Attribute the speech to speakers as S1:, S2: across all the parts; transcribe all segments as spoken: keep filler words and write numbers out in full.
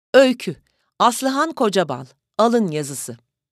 S1: Öykü, Aslıhan Kocabal, alın yazısı.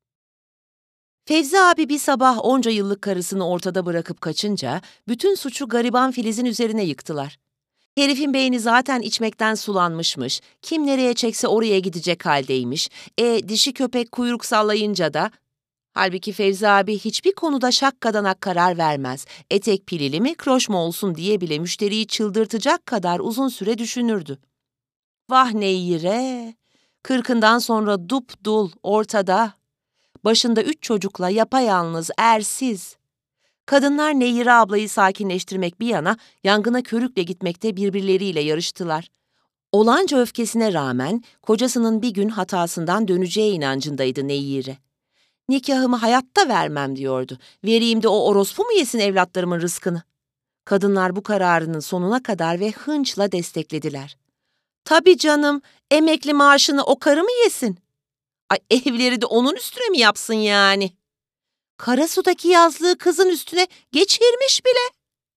S1: Fevzi abi bir sabah onca yıllık karısını ortada bırakıp kaçınca bütün suçu gariban Filiz'in üzerine yıktılar. Herifin beyni zaten içmekten sulanmışmış, kim nereye çekse oraya gidecek haldeymiş, e dişi köpek kuyruk sallayınca da... Halbuki Fevzi abi hiçbir konuda şakkadanak karar vermez, etek pilili mi kroş mu olsun diye bile müşteriyi çıldırtacak kadar uzun süre düşünürdü. Vah neyire! Kırkından sonra dupdul, ortada. Başında üç çocukla yapayalnız, ersiz. Kadınlar Neyire ablayı sakinleştirmek bir yana yangına körükle gitmekte birbirleriyle yarıştılar. Olanca öfkesine rağmen kocasının bir gün hatasından döneceği inancındaydı Neyire. Nikahımı hayatta vermem diyordu. Vereyim de o orospu mu yesin evlatlarımın rızkını? Kadınlar bu kararının sonuna kadar ve hınçla desteklediler. Tabii canım, emekli maaşını o karı mı yesin? Ay evleri de onun üstüne mi yapsın yani? Karasu'daki yazlığı kızın üstüne geçirmiş bile.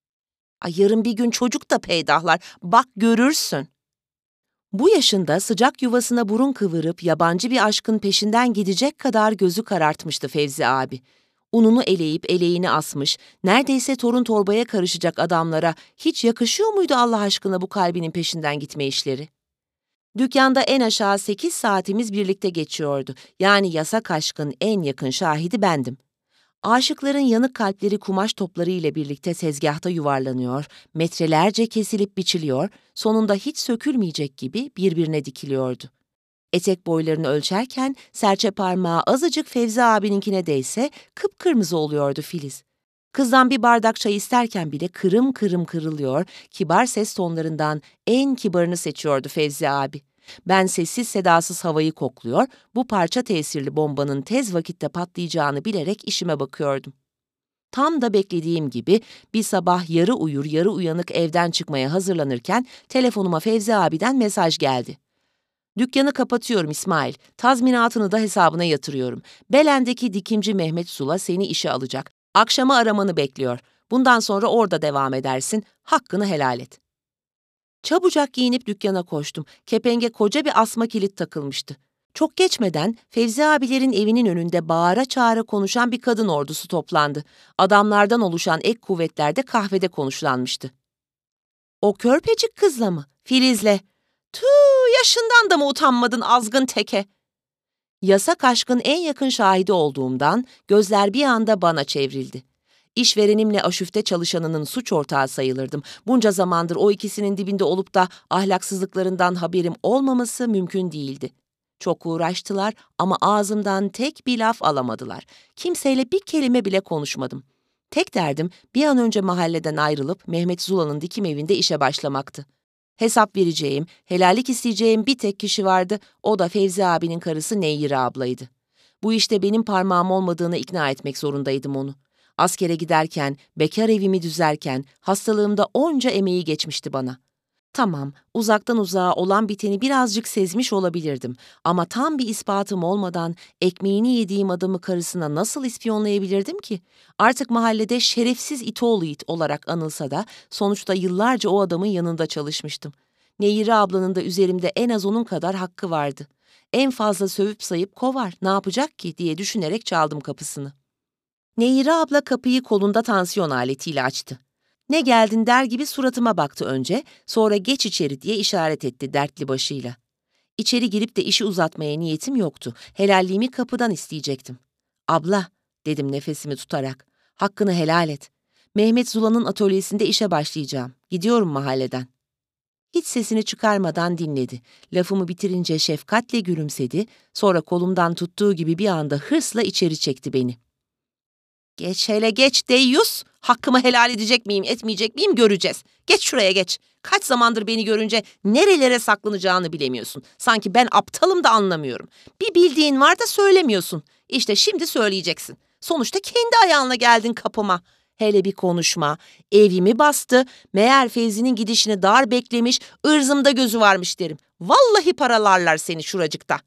S1: Ay yarın bir gün çocuk da peydahlar, bak görürsün. Bu yaşında sıcak yuvasına burun kıvırıp yabancı bir aşkın peşinden gidecek kadar gözü karartmıştı Fevzi abi. Ununu eleyip eleğini asmış, neredeyse torun torbaya karışacak adamlara hiç yakışıyor muydu Allah aşkına bu kalbinin peşinden gitme işleri? Dükkanda en aşağı sekiz saatimiz birlikte geçiyordu. Yani yasak aşkın en yakın şahidi bendim. Aşıkların yanık kalpleri kumaş topları ile birlikte tezgahta yuvarlanıyor, metrelerce kesilip biçiliyor, sonunda hiç sökülmeyecek gibi birbirine dikiliyordu. Etek boylarını ölçerken serçe parmağı azıcık Fevzi abininkine değse kıpkırmızı oluyordu Filiz. Kızdan bir bardak çay isterken bile kırım kırım kırılıyor, kibar ses tonlarından en kibarını seçiyordu Fevzi abi. Ben sessiz sedasız havayı kokluyor, bu parça tesirli bombanın tez vakitte patlayacağını bilerek işime bakıyordum. Tam da beklediğim gibi bir sabah yarı uyur yarı uyanık evden çıkmaya hazırlanırken telefonuma Fevzi abiden mesaj geldi. Dükkanı kapatıyorum İsmail, tazminatını da hesabına yatırıyorum. Belen'deki dikimci Mehmet Sula seni işe alacak. Akşama aramanı bekliyor. Bundan sonra orada devam edersin, hakkını helal et. Çabucak giyinip dükkana koştum. Kepenge koca bir asma kilit takılmıştı. Çok geçmeden Fevzi abilerin evinin önünde bağıra çağıra konuşan bir kadın ordusu toplandı. Adamlardan oluşan ek kuvvetlerde kahvede konuşlanmıştı. O körpecik kızla mı? Filiz'le. Tüh, yaşından da mı utanmadın azgın teke? Yasak aşkın en yakın şahidi olduğumdan gözler bir anda bana çevrildi. İşverenimle aşüfte çalışanının suç ortağı sayılırdım. Bunca zamandır o ikisinin dibinde olup da ahlaksızlıklarından haberim olmaması mümkün değildi. Çok uğraştılar ama ağzımdan tek bir laf alamadılar. Kimseyle bir kelime bile konuşmadım. Tek derdim bir an önce mahalleden ayrılıp Mehmet Zula'nın dikim evinde işe başlamaktı. Hesap vereceğim, helallik isteyeceğim bir tek kişi vardı, o da Fevzi abinin karısı Neyire ablaydı. Bu işte benim parmağım olmadığını ikna etmek zorundaydım onu. Askere giderken, bekar evimi düzerken, hastalığımda onca emeği geçmişti bana. Tamam, uzaktan uzağa olan biteni birazcık sezmiş olabilirdim. Ama tam bir ispatım olmadan ekmeğini yediğim adamı karısına nasıl ispiyonlayabilirdim ki? Artık mahallede şerefsiz itoğlu it olarak anılsa da sonuçta yıllarca o adamın yanında çalışmıştım. Neyire ablanın da üzerimde en az onun kadar hakkı vardı. En fazla sövüp sayıp kovar, ne yapacak ki diye düşünerek çaldım kapısını. Neyire abla kapıyı kolunda tansiyon aletiyle açtı. Ne geldin der gibi suratıma baktı önce, sonra geç içeri diye işaret etti dertli başıyla. İçeri girip de işi uzatmaya niyetim yoktu. Helalliğimi kapıdan isteyecektim. Abla, dedim nefesimi tutarak, hakkını helal et. Mehmet Zula'nın atölyesinde işe başlayacağım. Gidiyorum mahalleden. Hiç sesini çıkarmadan dinledi. Lafımı bitirince şefkatle gülümsedi, sonra kolumdan tuttuğu gibi bir anda hırsla içeri çekti beni. Geç hele geç deyyus. Hakkımı helal edecek miyim, etmeyecek miyim göreceğiz. Geç şuraya geç. Kaç zamandır beni görünce nerelere saklanacağını bilemiyorsun. Sanki ben aptalım da anlamıyorum. Bir bildiğin var da söylemiyorsun. İşte şimdi söyleyeceksin. Sonuçta kendi ayağınla geldin kapıma. Hele bir konuşma. Evimi bastı. Meğer Feyzi'nin gidişini dar beklemiş, ırzımda gözü varmış derim. Vallahi paralarlar seni şuracıkta.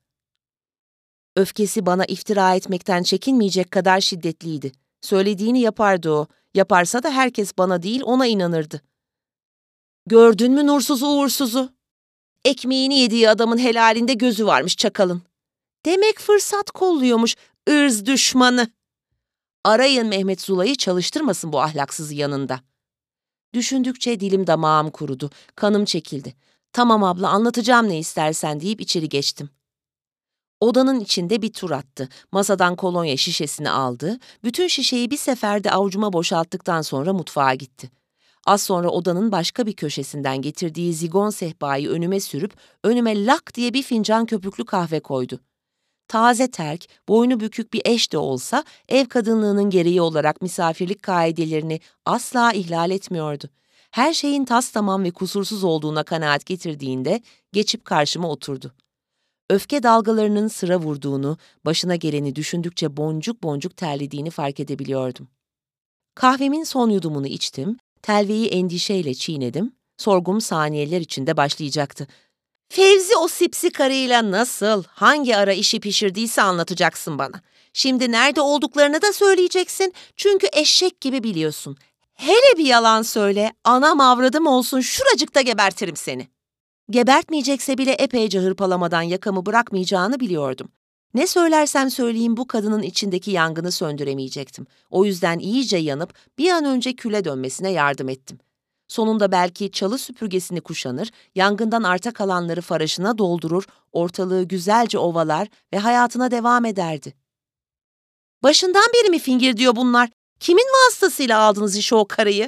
S1: Öfkesi bana iftira etmekten çekinmeyecek kadar şiddetliydi. Söylediğini yapardı o. Yaparsa da herkes bana değil ona inanırdı. Gördün mü nursuzu uğursuzu? Ekmeğini yediği adamın helalinde gözü varmış çakalın. Demek fırsat kolluyormuş ırz düşmanı. Arayın Mehmet Zula'yı, çalıştırmasın bu ahlaksızı yanında. Düşündükçe dilim damağım kurudu, kanım çekildi. Tamam abla, anlatacağım ne istersen deyip içeri geçtim. Odanın içinde bir tur attı. Masadan kolonya şişesini aldı. Bütün şişeyi bir seferde avucuma boşalttıktan sonra mutfağa gitti. Az sonra odanın başka bir köşesinden getirdiği zigon sehpayı önüme sürüp önüme lak diye bir fincan köpüklü kahve koydu. Taze terk, boynu bükük bir eş de olsa ev kadınlığının gereği olarak misafirlik kaidelerini asla ihlal etmiyordu. Her şeyin tastamam ve kusursuz olduğuna kanaat getirdiğinde geçip karşıma oturdu. Öfke dalgalarının sıra vurduğunu, başına geleni düşündükçe boncuk boncuk terlediğini fark edebiliyordum. Kahvemin son yudumunu içtim, telveyi endişeyle çiğnedim, sorgum saniyeler içinde başlayacaktı. Fevzi o sipsi karıyla nasıl, hangi ara işi pişirdiyse anlatacaksın bana. Şimdi nerede olduklarını da söyleyeceksin çünkü eşek gibi biliyorsun. Hele bir yalan söyle, anam avradım olsun şuracıkta gebertirim seni. Gebertmeyecekse bile epeyce hırpalamadan yakamı bırakmayacağını biliyordum. Ne söylersem söyleyeyim bu kadının içindeki yangını söndüremeyecektim. O yüzden iyice yanıp bir an önce küle dönmesine yardım ettim. Sonunda belki çalı süpürgesini kuşanır, yangından arta kalanları faraşına doldurur, ortalığı güzelce ovalar ve hayatına devam ederdi. Başından beri mi fingir diyor bunlar? Kimin vasıtasıyla aldınız işe o karıyı?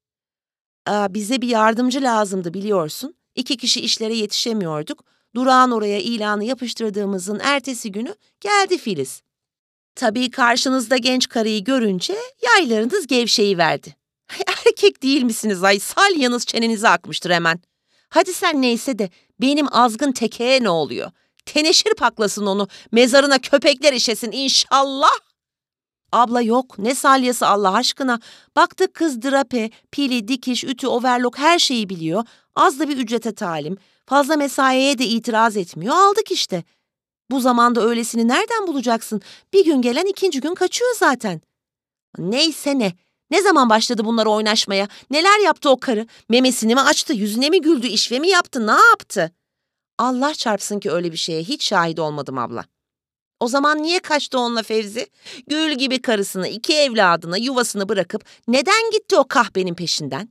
S1: Aa, bize bir yardımcı lazımdı biliyorsun. İki kişi işlere yetişemiyorduk. Durağın oraya ilanı yapıştırdığımızın ertesi günü geldi Filiz. Tabii karşınızda genç karıyı görünce yaylarınız gevşeyiverdi. Erkek değil misiniz ay? Salyanız çenenize akmıştır hemen. Hadi sen neyse de benim azgın tekeye ne oluyor? Teneşir paklasın onu, mezarına köpekler işesin inşallah. Abla yok, ne salyası Allah aşkına. Baktık kız drape, pili, dikiş, ütü, overlock her şeyi biliyor. Az da bir ücrete talim. Fazla mesaiye de itiraz etmiyor. Aldık işte. Bu zamanda öylesini nereden bulacaksın? Bir gün gelen ikinci gün kaçıyor zaten. Neyse ne. Ne zaman başladı bunlar oynaşmaya? Neler yaptı o karı? Memesini mi açtı, yüzüne mi güldü, işve mi yaptı, ne yaptı? Allah çarpsın ki öyle bir şeye hiç şahit olmadım abla. O zaman niye kaçtı onunla Fevzi? Gül gibi karısını, iki evladını, yuvasını bırakıp neden gitti o kahpenin peşinden?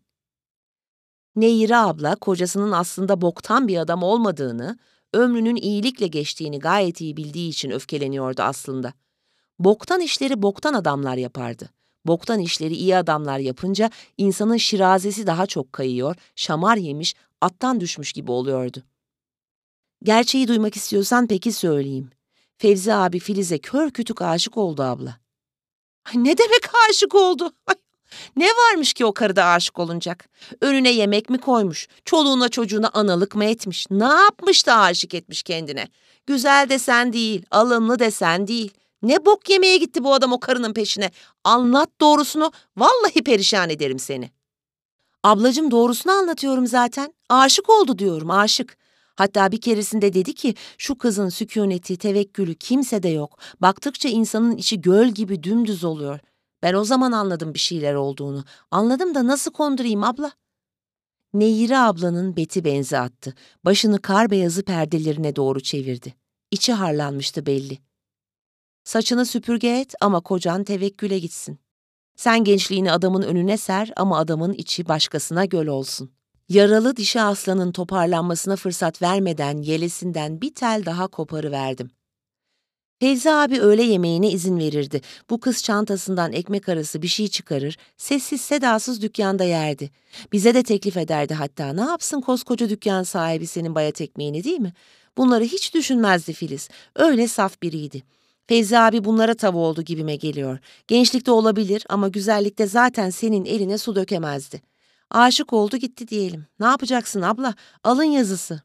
S1: Neyire abla kocasının aslında boktan bir adam olmadığını, ömrünün iyilikle geçtiğini gayet iyi bildiği için öfkeleniyordu aslında. Boktan işleri boktan adamlar yapardı. Boktan işleri iyi adamlar yapınca insanın şirazesi daha çok kayıyor, şamar yemiş, attan düşmüş gibi oluyordu. Gerçeği duymak istiyorsan peki söyleyeyim. Fevzi abi Filiz'e kör kütük aşık oldu abla. Ay ne demek aşık oldu? Ay, ne varmış ki o karıda aşık olunacak? Önüne yemek mi koymuş? Çoluğuna çocuğuna analık mı etmiş? Ne yapmış da aşık etmiş kendine? Güzel desen değil, alımlı desen değil. Ne bok yemeye gitti bu adam o karının peşine? Anlat doğrusunu, vallahi perişan ederim seni. Ablacığım doğrusunu anlatıyorum zaten. Aşık oldu diyorum, aşık. Hatta bir keresinde dedi ki şu kızın sükuneti, tevekkülü kimsede yok. Baktıkça insanın içi göl gibi dümdüz oluyor. Ben o zaman anladım bir şeyler olduğunu. Anladım da nasıl kondurayım abla? Neyire ablanın beti benzi attı. Başını kar beyazı perdelerine doğru çevirdi. İçi harlanmıştı belli. Saçını süpürge et ama kocan tevekküle gitsin. Sen gençliğini adamın önüne ser ama adamın içi başkasına göl olsun. Yaralı dişi aslanın toparlanmasına fırsat vermeden yelesinden bir tel daha koparıverdim. Fevzi abi öğle yemeğine izin verirdi. Bu kız çantasından ekmek arası bir şey çıkarır, sessiz sedasız dükkanda yerdi. Bize de teklif ederdi hatta. Ne yapsın koskoca dükkan sahibi senin bayat ekmeğini değil mi? Bunları hiç düşünmezdi Filiz. Öyle saf biriydi. Fevzi abi bunlara tav oldu gibime geliyor. Gençlikte olabilir ama güzellikte zaten senin eline su dökemezdi. Aşık oldu gitti diyelim. Ne yapacaksın abla? Alın yazısı.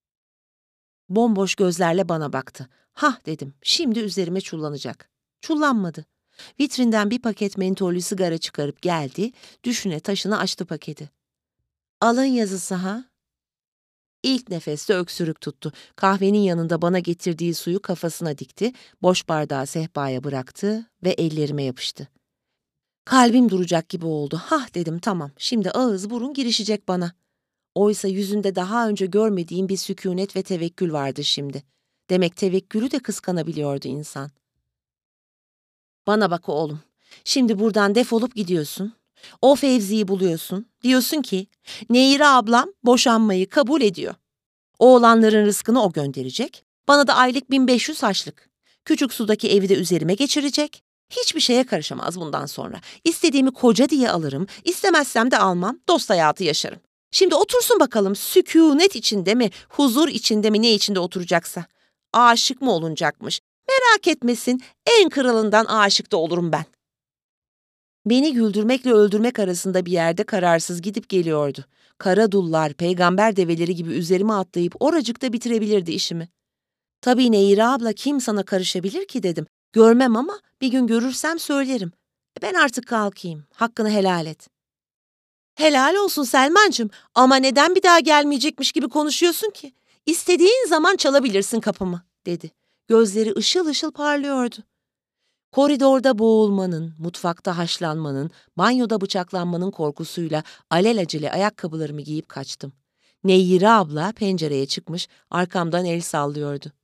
S1: Bomboş gözlerle bana baktı. Hah dedim, şimdi üzerime çullanacak. Çullanmadı. Vitrinden bir paket mentollü sigara çıkarıp geldi, düşüne taşını açtı paketi. Alın yazısı ha? İlk nefeste öksürük tuttu. Kahvenin yanında bana getirdiği suyu kafasına dikti, boş bardağı sehpaya bıraktı ve ellerime yapıştı. Kalbim duracak gibi oldu. Hah dedim tamam, şimdi ağız burun girişecek bana. Oysa yüzünde daha önce görmediğim bir sükûnet ve tevekkül vardı şimdi. Demek tevekkülü de kıskanabiliyordu insan. Bana bak oğlum, şimdi buradan defolup gidiyorsun. O Fevzi'yi buluyorsun. Diyorsun ki, Neyire ablam boşanmayı kabul ediyor. Oğlanların rızkını o gönderecek. Bana da aylık bin beş yüz haçlık. Küçük sudaki evi de üzerime geçirecek. Hiçbir şeye karışamaz bundan sonra. İstediğimi koca diye alırım, istemezsem de almam, dost hayatı yaşarım. Şimdi otursun bakalım sükûnet içinde mi, huzur içinde mi, ne içinde oturacaksa. Aşık mı olunacakmış? Merak etmesin, en kralından aşık da olurum ben. Beni güldürmekle öldürmek arasında bir yerde kararsız gidip geliyordu. Kara dullar, peygamber develeri gibi üzerime atlayıp oracıkta bitirebilirdi işimi. Tabii Neyire abla kim sana karışabilir ki dedim. Görmem ama bir gün görürsem söylerim. Ben artık kalkayım, hakkını helal et. Helal olsun Selmancığım ama neden bir daha gelmeyecekmiş gibi konuşuyorsun ki? İstediğin zaman çalabilirsin kapımı, dedi. Gözleri ışıl ışıl parlıyordu. Koridorda boğulmanın, mutfakta haşlanmanın, banyoda bıçaklanmanın korkusuyla alelacele ayakkabılarımı giyip kaçtım. Neyire abla pencereye çıkmış, arkamdan el sallıyordu.